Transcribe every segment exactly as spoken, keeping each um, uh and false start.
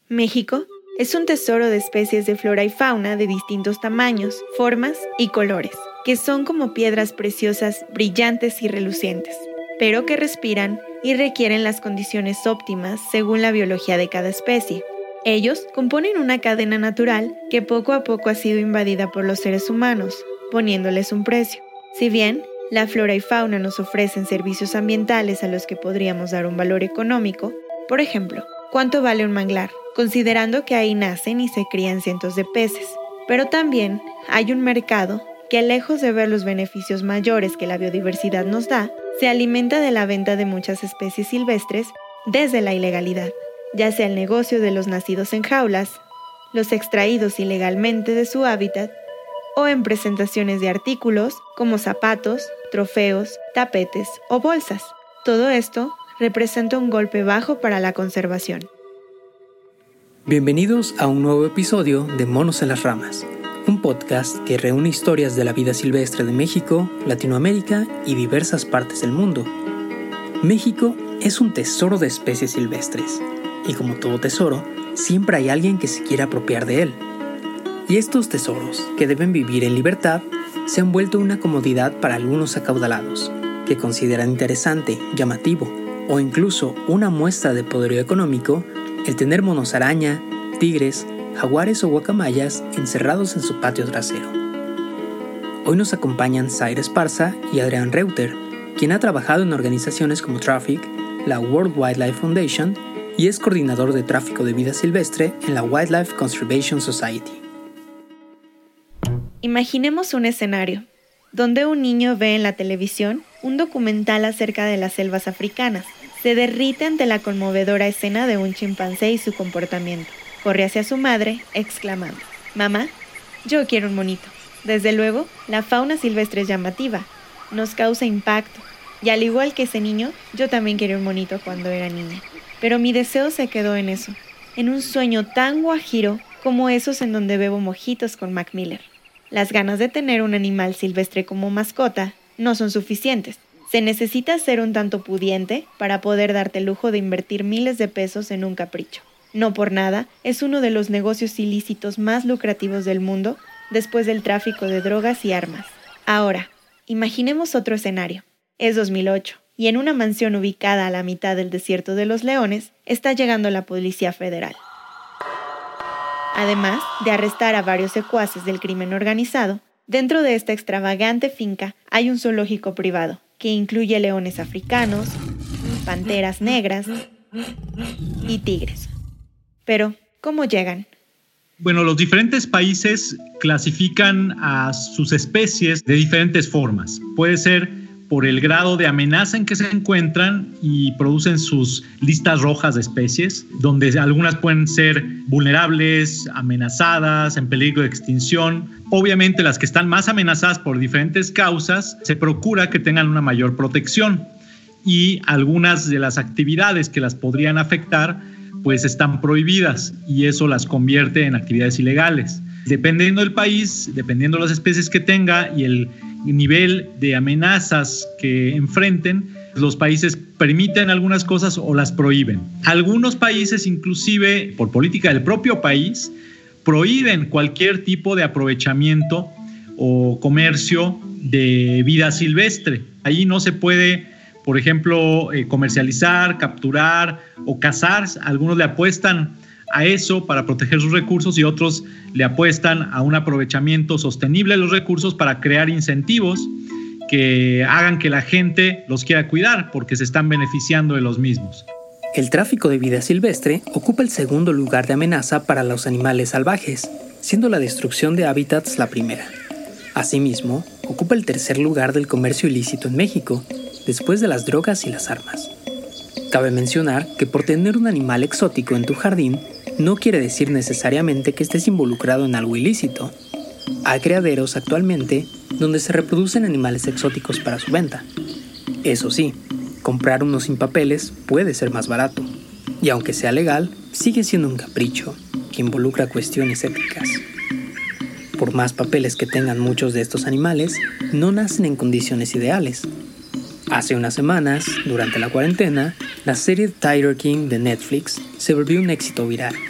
México es un tesoro de especies de flora y fauna de distintos tamaños, formas y colores, que son como piedras preciosas, brillantes y relucientes, pero que respiran y requieren las condiciones óptimas según la biología de cada especie. Ellos componen una cadena natural que poco a poco ha sido invadida por los seres humanos, poniéndoles un precio. Si bien la flora y fauna nos ofrecen servicios ambientales a los que podríamos dar un valor económico, por ejemplo, ¿cuánto vale un manglar? Considerando que ahí nacen y se crían cientos de peces. Pero también hay un mercado que, lejos de ver los beneficios mayores que la biodiversidad nos da, se alimenta de la venta de muchas especies silvestres desde la ilegalidad, ya sea el negocio de los nacidos en jaulas, los extraídos ilegalmente de su hábitat, o en presentaciones de artículos como zapatos, trofeos, tapetes o bolsas. Todo esto representa un golpe bajo para la conservación. Bienvenidos a un nuevo episodio de Monos en las Ramas, un podcast que reúne historias de la vida silvestre de México, Latinoamérica y diversas partes del mundo. México es un tesoro de especies silvestres, y como todo tesoro, siempre hay alguien que se quiere apropiar de él. Y estos tesoros, que deben vivir en libertad, se han vuelto una comodidad para algunos acaudalados, que consideran interesante, llamativo o incluso una muestra de poderío económico el tener monos araña, tigres, jaguares o guacamayas encerrados en su patio trasero. Hoy nos acompañan Zaire Esparza y Adrián Reuter, quien ha trabajado en organizaciones como Traffic, la World Wildlife Foundation y es coordinador de tráfico de vida silvestre en la Wildlife Conservation Society. Imaginemos un escenario, donde un niño ve en la televisión un documental acerca de las selvas africanas. Se derrite ante la conmovedora escena de un chimpancé y su comportamiento. Corre hacia su madre, exclamando: «Mamá, yo quiero un monito». Desde luego, la fauna silvestre es llamativa, nos causa impacto, y al igual que ese niño, yo también quería un monito cuando era niña. Pero mi deseo se quedó en eso, en un sueño tan guajiro como esos en donde bebo mojitos con Mac Miller. Las ganas de tener un animal silvestre como mascota no son suficientes. Se necesita ser un tanto pudiente para poder darte el lujo de invertir miles de pesos en un capricho. No por nada, es uno de los negocios ilícitos más lucrativos del mundo después del tráfico de drogas y armas. Ahora, imaginemos otro escenario. Es dos mil ocho, y en una mansión ubicada a la mitad del desierto de los leones, está llegando la Policía Federal. Además de arrestar a varios secuaces del crimen organizado, dentro de esta extravagante finca hay un zoológico privado, que incluye leones africanos, panteras negras y tigres. Pero, ¿cómo llegan? Bueno, los diferentes países clasifican a sus especies de diferentes formas. Puede ser por el grado de amenaza en que se encuentran y producen sus listas rojas de especies, donde algunas pueden ser vulnerables, amenazadas, en peligro de extinción. Obviamente las que están más amenazadas por diferentes causas, se procura que tengan una mayor protección y algunas de las actividades que las podrían afectar pues están prohibidas y eso las convierte en actividades ilegales. Dependiendo del país, dependiendo de las especies que tenga y el nivel de amenazas que enfrenten, los países permiten algunas cosas o las prohíben. Algunos países, inclusive por política del propio país, prohíben cualquier tipo de aprovechamiento o comercio de vida silvestre. Ahí no se puede, por ejemplo, eh, comercializar, capturar o cazar. Algunos le apuestan a eso para proteger sus recursos y otros le apuestan a un aprovechamiento sostenible de los recursos para crear incentivos que hagan que la gente los quiera cuidar porque se están beneficiando de los mismos. El tráfico de vida silvestre ocupa el segundo lugar de amenaza para los animales salvajes, siendo la destrucción de hábitats la primera. Asimismo, ocupa el tercer lugar del comercio ilícito en México, después de las drogas y las armas. Cabe mencionar que por tener un animal exótico en tu jardín, no quiere decir necesariamente que estés involucrado en algo ilícito. Hay criaderos actualmente donde se reproducen animales exóticos para su venta. Eso sí, comprar uno sin papeles puede ser más barato. Y aunque sea legal, sigue siendo un capricho que involucra cuestiones éticas. Por más papeles que tengan muchos de estos animales, no nacen en condiciones ideales. Hace unas semanas, durante la cuarentena, la serie Tiger King de Netflix se volvió un éxito viral.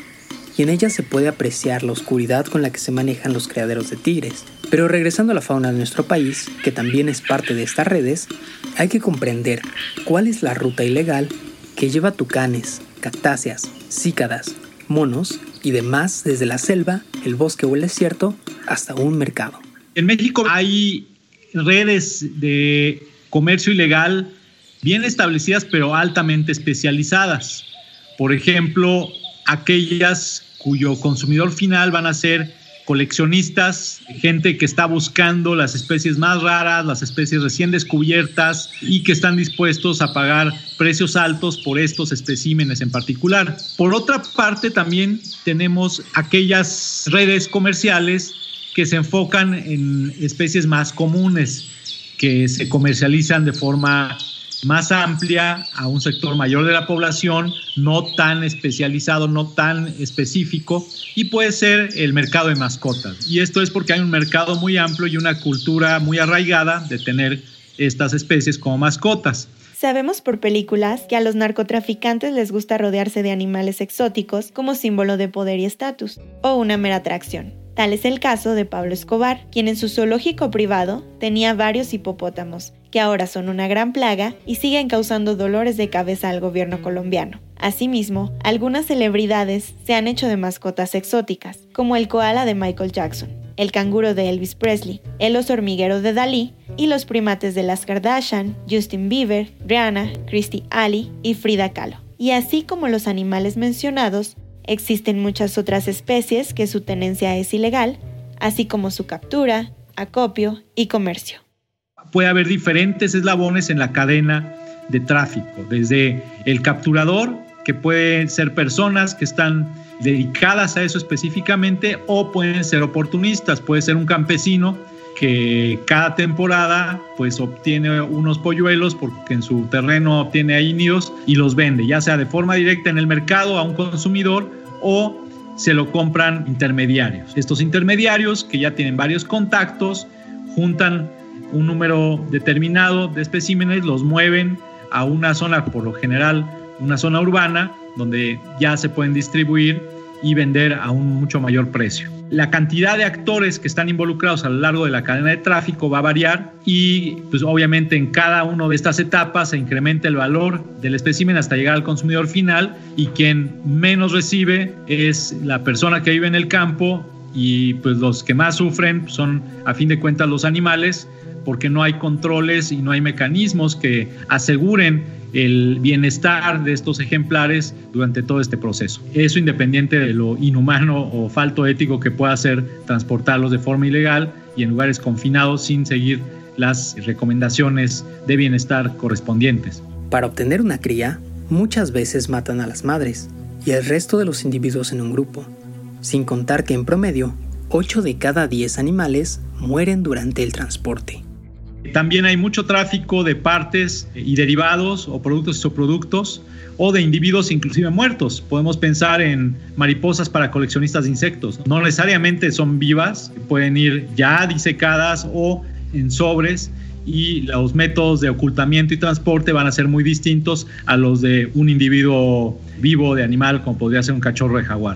y en ella se puede apreciar la oscuridad con la que se manejan los criaderos de tigres. Pero regresando a la fauna de nuestro país, que también es parte de estas redes, hay que comprender cuál es la ruta ilegal que lleva tucanes, cactáceas, cícadas, monos y demás desde la selva, el bosque o el desierto hasta un mercado. En México hay redes de comercio ilegal bien establecidas pero altamente especializadas. Por ejemplo, aquellas cuyo consumidor final van a ser coleccionistas, gente que está buscando las especies más raras, las especies recién descubiertas y que están dispuestos a pagar precios altos por estos especímenes en particular. Por otra parte, también tenemos aquellas redes comerciales que se enfocan en especies más comunes, que se comercializan de forma más amplia a un sector mayor de la población, no tan especializado, no tan específico, y puede ser el mercado de mascotas. Y esto es porque hay un mercado muy amplio y una cultura muy arraigada de tener estas especies como mascotas. Sabemos por películas que a los narcotraficantes les gusta rodearse de animales exóticos como símbolo de poder y estatus, o una mera atracción. Tal es el caso de Pablo Escobar, quien en su zoológico privado tenía varios hipopótamos, que ahora son una gran plaga y siguen causando dolores de cabeza al gobierno colombiano. Asimismo, algunas celebridades se han hecho de mascotas exóticas, como el koala de Michael Jackson, el canguro de Elvis Presley, el oso hormiguero de Dalí y los primates de las Kardashian, Justin Bieber, Rihanna, Kirstie Alley y Frida Kahlo. Y así como los animales mencionados, existen muchas otras especies que su tenencia es ilegal, así como su captura, acopio y comercio. Puede haber diferentes eslabones en la cadena de tráfico, desde el capturador, que pueden ser personas que están dedicadas a eso específicamente, o pueden ser oportunistas, puede ser un campesino que cada temporada pues obtiene unos polluelos porque en su terreno obtiene ahí nidos y los vende, ya sea de forma directa en el mercado a un consumidor o se lo compran intermediarios. Estos intermediarios, que ya tienen varios contactos, juntan un número determinado de especímenes, los mueven a una zona, por lo general una zona urbana, donde ya se pueden distribuir y vender a un mucho mayor precio. La cantidad de actores que están involucrados a lo largo de la cadena de tráfico va a variar y pues obviamente en cada una de estas etapas se incrementa el valor del espécimen hasta llegar al consumidor final, y quien menos recibe es la persona que vive en el campo, y pues los que más sufren son a fin de cuentas los animales, porque no hay controles y no hay mecanismos que aseguren el bienestar de estos ejemplares durante todo este proceso. Eso independiente de lo inhumano o falto ético que pueda ser transportarlos de forma ilegal y en lugares confinados sin seguir las recomendaciones de bienestar correspondientes. Para obtener una cría, muchas veces matan a las madres y el resto de los individuos en un grupo, sin contar que en promedio, ocho de cada diez animales mueren durante el transporte. También hay mucho tráfico de partes y derivados o productos y subproductos, o de individuos inclusive muertos. Podemos pensar en mariposas para coleccionistas de insectos. No necesariamente son vivas, pueden ir ya disecadas o en sobres, y los métodos de ocultamiento y transporte van a ser muy distintos a los de un individuo vivo de animal, como podría ser un cachorro de jaguar.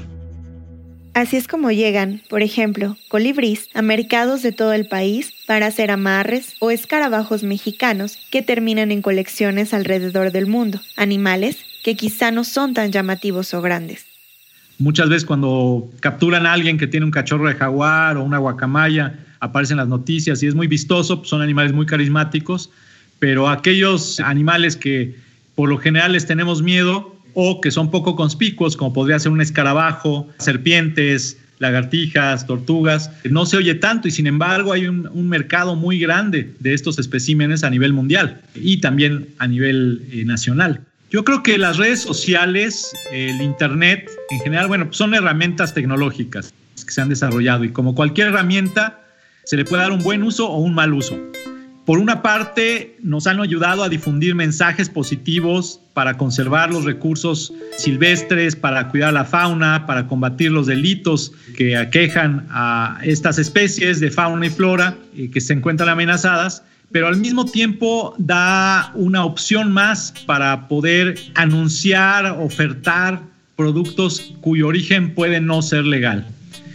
Así es como llegan, por ejemplo, colibrís a mercados de todo el país para hacer amarres, o escarabajos mexicanos que terminan en colecciones alrededor del mundo, animales que quizá no son tan llamativos o grandes. Muchas veces cuando capturan a alguien que tiene un cachorro de jaguar o una guacamaya, aparecen las noticias y es muy vistoso, son animales muy carismáticos, pero aquellos animales que por lo general les tenemos miedo, o que son poco conspicuos, como podría ser un escarabajo, serpientes, lagartijas, tortugas, no se oye tanto, y sin embargo hay un, un mercado muy grande de estos especímenes a nivel mundial y también a nivel eh, nacional. Yo creo que las redes sociales, el internet en general, bueno, pues son herramientas tecnológicas que se han desarrollado, y como cualquier herramienta se le puede dar un buen uso o un mal uso. Por una parte, nos han ayudado a difundir mensajes positivos para conservar los recursos silvestres, para cuidar la fauna, para combatir los delitos que aquejan a estas especies de fauna y flora eh, que se encuentran amenazadas, pero al mismo tiempo da una opción más para poder anunciar, ofertar productos cuyo origen puede no ser legal.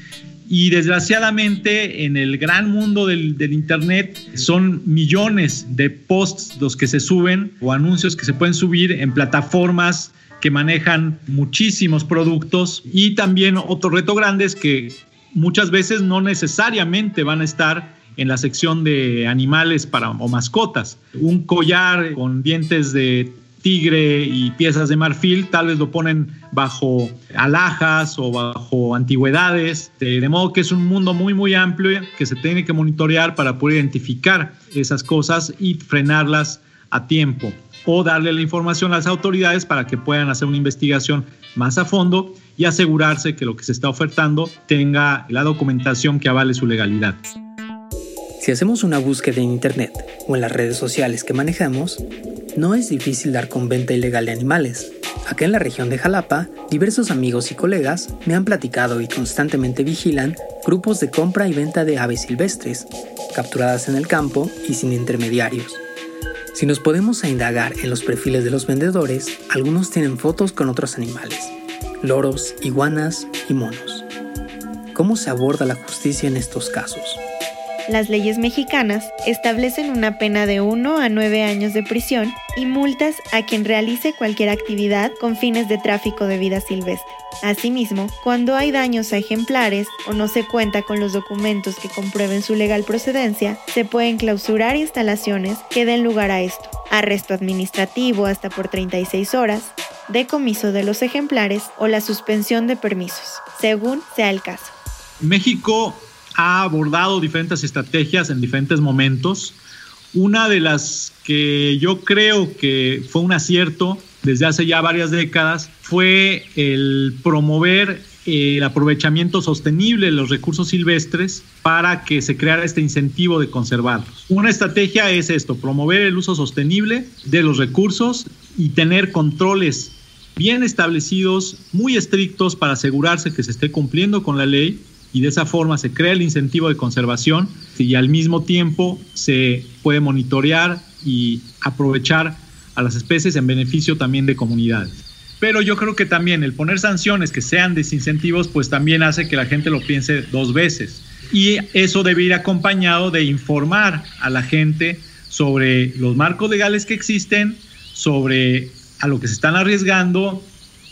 Y desgraciadamente en el gran mundo del, del internet son millones de posts los que se suben o anuncios que se pueden subir en plataformas que manejan muchísimos productos, y también otro reto grande es que muchas veces no necesariamente van a estar en la sección de animales para, o mascotas. Un collar con dientes de tigre y piezas de marfil tal vez lo ponen bajo alhajas o bajo antigüedades, de, de modo que es un mundo muy muy amplio que se tiene que monitorear para poder identificar esas cosas y frenarlas a tiempo, o darle la información a las autoridades para que puedan hacer una investigación más a fondo y asegurarse que lo que se está ofertando tenga la documentación que avale su legalidad. Si hacemos una búsqueda en internet o en las redes sociales que manejamos, no es difícil dar con venta ilegal de animales. Acá en la región de Jalapa, diversos amigos y colegas me han platicado y constantemente vigilan grupos de compra y venta de aves silvestres, capturadas en el campo y sin intermediarios. Si nos podemos a indagar en los perfiles de los vendedores, algunos tienen fotos con otros animales, loros, iguanas y monos. ¿Cómo se aborda la justicia en estos casos? Las leyes mexicanas establecen una pena de uno a nueve años de prisión y multas a quien realice cualquier actividad con fines de tráfico de vida silvestre. Asimismo, cuando hay daños a ejemplares o no se cuenta con los documentos que comprueben su legal procedencia, se pueden clausurar instalaciones que den lugar a esto, arresto administrativo hasta por treinta y seis horas, decomiso de los ejemplares o la suspensión de permisos, según sea el caso. México ha abordado diferentes estrategias en diferentes momentos. Una de las que yo creo que fue un acierto desde hace ya varias décadas fue el promover el aprovechamiento sostenible de los recursos silvestres para que se creara este incentivo de conservarlos. Una estrategia es esto, promover el uso sostenible de los recursos y tener controles bien establecidos, muy estrictos, para asegurarse que se esté cumpliendo con la ley, y de esa forma se crea el incentivo de conservación y al mismo tiempo se puede monitorear y aprovechar a las especies en beneficio también de comunidades. Pero yo creo que también el poner sanciones que sean desincentivos pues también hace que la gente lo piense dos veces, y eso debe ir acompañado de informar a la gente sobre los marcos legales que existen, sobre a lo que se están arriesgando,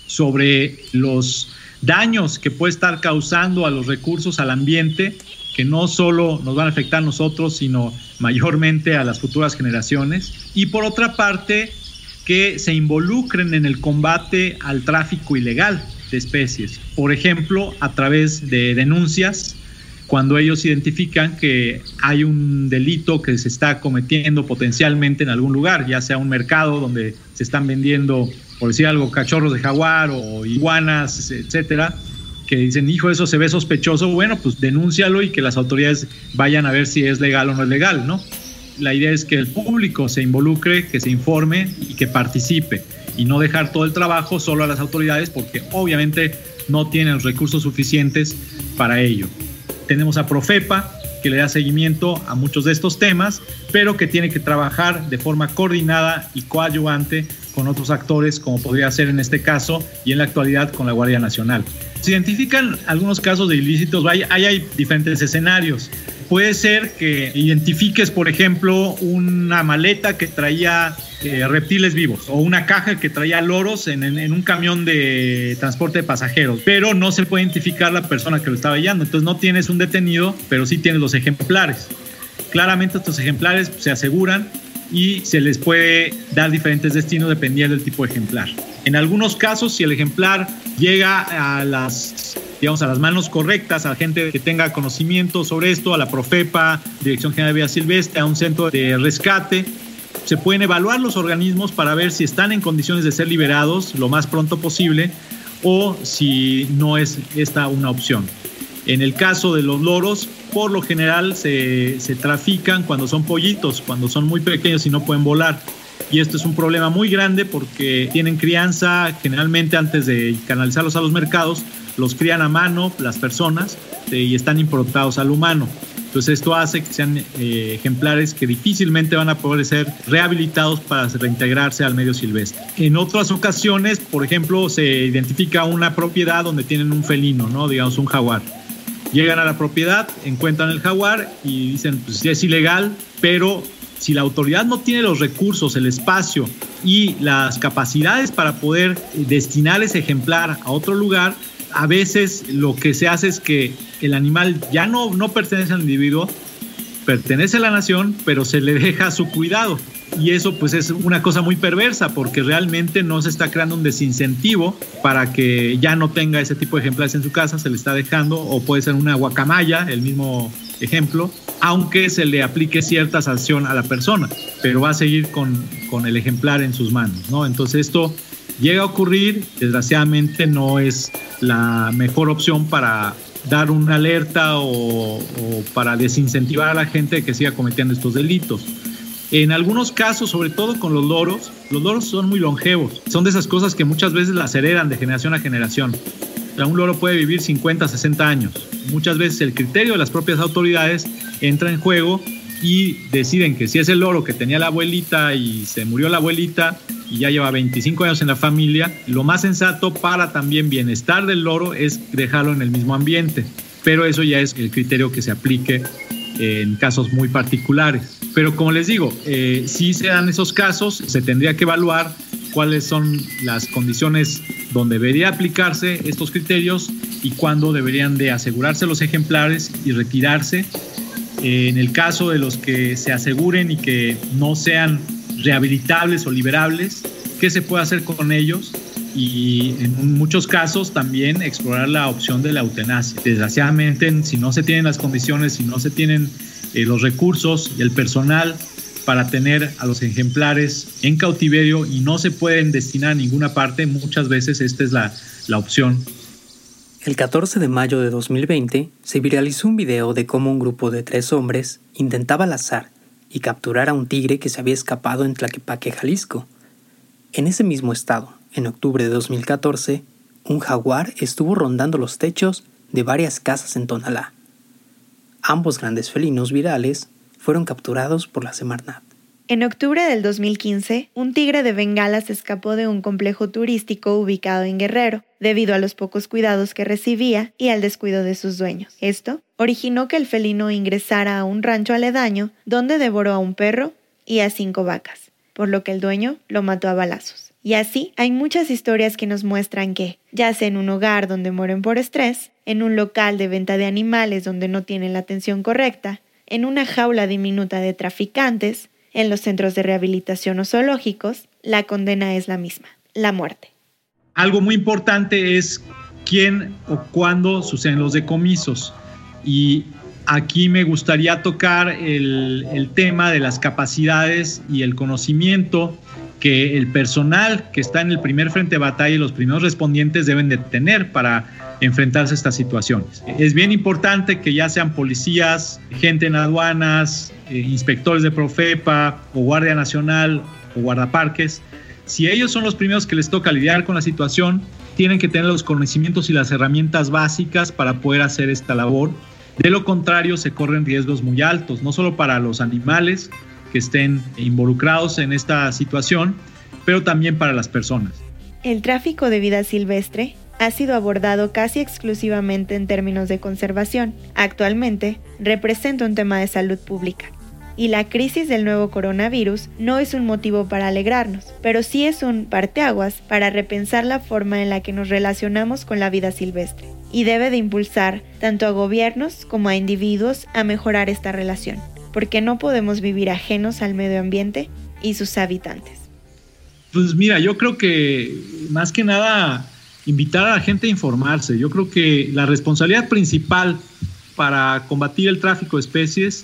sobre los daños que puede estar causando a los recursos, al ambiente, que no solo nos van a afectar a nosotros, sino mayormente a las futuras generaciones. Y por otra parte, que se involucren en el combate al tráfico ilegal de especies. Por ejemplo, a través de denuncias, cuando ellos identifican que hay un delito que se está cometiendo potencialmente en algún lugar, ya sea un mercado donde se están vendiendo, por decir algo, cachorros de jaguar o iguanas, etcétera, que dicen, hijo, eso se ve sospechoso, bueno, pues denúncialo y que las autoridades vayan a ver si es legal o no es legal, ¿no? La idea es que el público se involucre, que se informe y que participe, y no dejar todo el trabajo solo a las autoridades, porque obviamente no tienen los recursos suficientes para ello. Tenemos a Profepa, que le da seguimiento a muchos de estos temas, pero que tiene que trabajar de forma coordinada y coadyuvante con otros actores, como podría ser en este caso y en la actualidad con la Guardia Nacional. Se identifican algunos casos de ilícitos, ahí hay, hay diferentes escenarios. Puede ser que identifiques, por ejemplo, una maleta que traía eh, reptiles vivos o una caja que traía loros en, en, en un camión de transporte de pasajeros, pero no se puede identificar la persona que lo estaba guiando. Entonces no tienes un detenido, pero sí tienes los ejemplares. Claramente estos ejemplares se aseguran y se les puede dar diferentes destinos dependiendo del tipo de ejemplar. En algunos casos, si el ejemplar llega a las, digamos, a las manos correctas, a la gente que tenga conocimiento sobre esto, a la Profepa, Dirección General de Vida Silvestre, a un centro de rescate, se pueden evaluar los organismos para ver si están en condiciones de ser liberados lo más pronto posible o si no es esta una opción. En el caso de los loros, por lo general se, se trafican cuando son pollitos, cuando son muy pequeños y no pueden volar. Y esto es un problema muy grande porque tienen crianza, generalmente antes de canalizarlos a los mercados, los crían a mano las personas y están improntados al humano. Entonces esto hace que sean eh, ejemplares que difícilmente van a poder ser rehabilitados para reintegrarse al medio silvestre. En otras ocasiones, por ejemplo, se identifica una propiedad donde tienen un felino, ¿no? Digamos un jaguar. Llegan a la propiedad, encuentran el jaguar y dicen, pues sí es ilegal, pero si la autoridad no tiene los recursos, el espacio y las capacidades para poder destinar ese ejemplar a otro lugar, a veces lo que se hace es que el animal ya no, no pertenece al individuo, pertenece a la nación, pero se le deja a su cuidado. Y eso pues es una cosa muy perversa porque realmente no se está creando un desincentivo para que ya no tenga ese tipo de ejemplares en su casa, se le está dejando, o puede ser una guacamaya, el mismo ejemplo, aunque se le aplique cierta sanción a la persona, pero va a seguir con, con el ejemplar en sus manos, ¿no? Entonces esto llega a ocurrir, desgraciadamente no es la mejor opción para dar una alerta o, o para desincentivar a la gente de que siga cometiendo estos delitos. En algunos casos, sobre todo con los loros, los loros son muy longevos. Son de esas cosas que muchas veces las heredan de generación a generación. O sea, un loro puede vivir cincuenta, sesenta años. Muchas veces el criterio de las propias autoridades entra en juego y deciden que si es el loro que tenía la abuelita y se murió la abuelita y ya lleva veinticinco años en la familia, lo más sensato para también bienestar del loro es dejarlo en el mismo ambiente. Pero eso ya es el criterio que se aplique en casos muy particulares. Pero como les digo, eh, si se dan esos casos, se tendría que evaluar cuáles son las condiciones donde debería aplicarse estos criterios y cuándo deberían de asegurarse los ejemplares y retirarse. Eh, en el caso de los que se aseguren y que no sean rehabilitables o liberables, ¿qué se puede hacer con ellos? Y en muchos casos también explorar la opción de la eutanasia. Desgraciadamente, si no se tienen las condiciones, si no se tienen eh, los recursos y el personal para tener a los ejemplares en cautiverio y no se pueden destinar a ninguna parte, muchas veces esta es la, la opción. El catorce de mayo de dos mil veinte se viralizó un video de cómo un grupo de tres hombres intentaba lazar y capturar a un tigre que se había escapado en Tlaquepaque, Jalisco. En ese mismo estado, en octubre de dos mil catorce, un jaguar estuvo rondando los techos de varias casas en Tonalá. Ambos grandes felinos virales fueron capturados por la Semarnat. En octubre del dos mil quince, un tigre de Bengala se escapó de un complejo turístico ubicado en Guerrero, debido a los pocos cuidados que recibía y al descuido de sus dueños. Esto originó que el felino ingresara a un rancho aledaño, donde devoró a un perro y a cinco vacas, por lo que el dueño lo mató a balazos. Y así hay muchas historias que nos muestran que, ya sea en un hogar donde mueren por estrés, en un local de venta de animales donde no tienen la atención correcta, en una jaula diminuta de traficantes, en los centros de rehabilitación o zoológicos, la condena es la misma, la muerte. Algo muy importante es quién o cuándo suceden los decomisos. Y aquí me gustaría tocar el, el tema de las capacidades y el conocimiento que el personal que está en el primer frente de batalla y los primeros respondientes deben de tener para enfrentarse a estas situaciones. Es bien importante que ya sean policías, gente en aduanas, eh, inspectores de Profepa o Guardia Nacional o guardaparques, si ellos son los primeros que les toca lidiar con la situación, tienen que tener los conocimientos y las herramientas básicas para poder hacer esta labor. De lo contrario, se corren riesgos muy altos, no solo para los animales que estén involucrados en esta situación, pero también para las personas. El tráfico de vida silvestre ha sido abordado casi exclusivamente en términos de conservación. Actualmente, representa un tema de salud pública. Y la crisis del nuevo coronavirus no es un motivo para alegrarnos, pero sí es un parteaguas para repensar la forma en la que nos relacionamos con la vida silvestre. Y debe de impulsar tanto a gobiernos como a individuos a mejorar esta relación, porque no podemos vivir ajenos al medio ambiente y sus habitantes. Pues mira, yo creo que más que nada invitar a la gente a informarse. Yo creo que la responsabilidad principal para combatir el tráfico de especies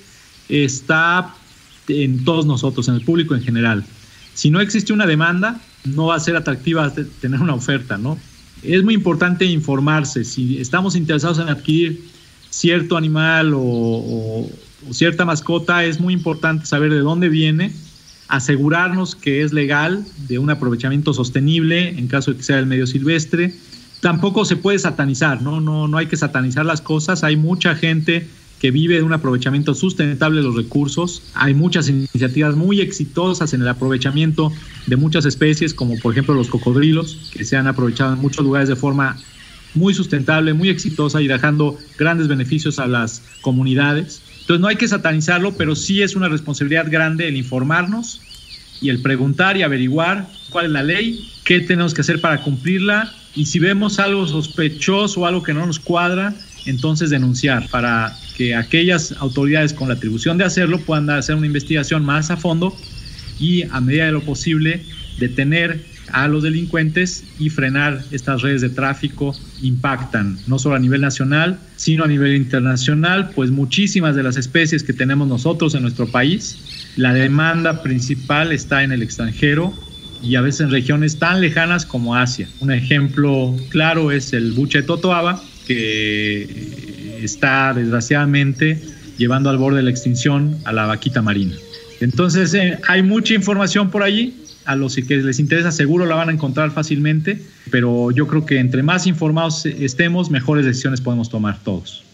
está en todos nosotros, en el público en general. Si no existe una demanda, no va a ser atractiva tener una oferta, ¿no? Es muy importante informarse. Si estamos interesados en adquirir cierto animal o, o, o cierta mascota, es muy importante saber de dónde viene, asegurarnos que es legal, de un aprovechamiento sostenible en caso de que sea del medio silvestre. Tampoco se puede satanizar, ¿no? No, no hay que satanizar las cosas. Hay mucha gente que vive de un aprovechamiento sustentable de los recursos. Hay muchas iniciativas muy exitosas en el aprovechamiento de muchas especies, como por ejemplo los cocodrilos, que se han aprovechado en muchos lugares de forma muy sustentable, muy exitosa y dejando grandes beneficios a las comunidades. Entonces no hay que satanizarlo, pero sí es una responsabilidad grande el informarnos y el preguntar y averiguar cuál es la ley, qué tenemos que hacer para cumplirla, y si vemos algo sospechoso o algo que no nos cuadra, entonces denunciar para que aquellas autoridades con la atribución de hacerlo puedan hacer una investigación más a fondo y, a medida de lo posible, detener a los delincuentes y frenar estas redes de tráfico. Impactan no solo a nivel nacional, sino a nivel internacional, pues muchísimas de las especies que tenemos nosotros en nuestro país, la demanda principal está en el extranjero y a veces en regiones tan lejanas como Asia. Un ejemplo claro es el buche de totoaba, que está desgraciadamente llevando al borde de la extinción a la vaquita marina. Entonces eh, hay mucha información por allí. A los que les interesa seguro la van a encontrar fácilmente, pero yo creo que entre más informados estemos, mejores decisiones podemos tomar todos.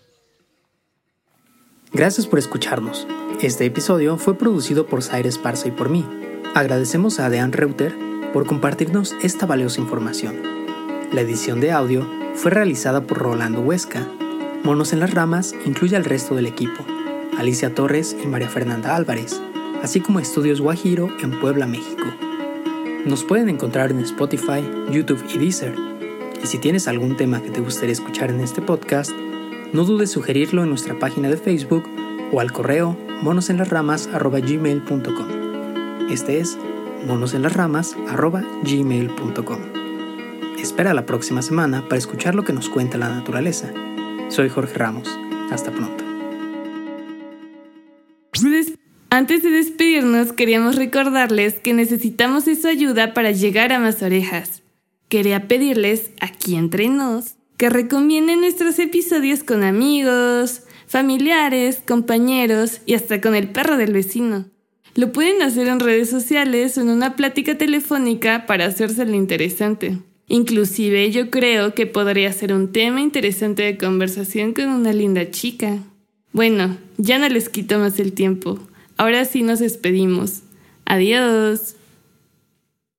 Gracias por escucharnos. Este episodio fue producido por Zaire Esparza y por mí. Agradecemos a Dean Reuter por compartirnos esta valiosa información. La edición de audio fue realizada por Rolando Huesca. Monos en las Ramas incluye al resto del equipo, Alicia Torres y María Fernanda Álvarez, así como Estudios Guajiro en Puebla, México. Nos pueden encontrar en Spotify, YouTube y Deezer. Y si tienes algún tema que te gustaría escuchar en este podcast, no dudes sugerirlo en nuestra página de Facebook o al correo monosenlasramas arroba gmail punto com. Este es monosenlasramas arroba gmail punto com. Espera la próxima semana para escuchar lo que nos cuenta la naturaleza. Soy Jorge Ramos. Hasta pronto. Antes de despedirnos, queríamos recordarles que necesitamos de su ayuda para llegar a más orejas. Quería pedirles, aquí entre nos, que recomienden nuestros episodios con amigos, familiares, compañeros y hasta con el perro del vecino. Lo pueden hacer en redes sociales o en una plática telefónica para hacérselo interesante. Inclusive yo creo que podría ser un tema interesante de conversación con una linda chica. Bueno, ya no les quito más el tiempo. Ahora sí nos despedimos. Adiós.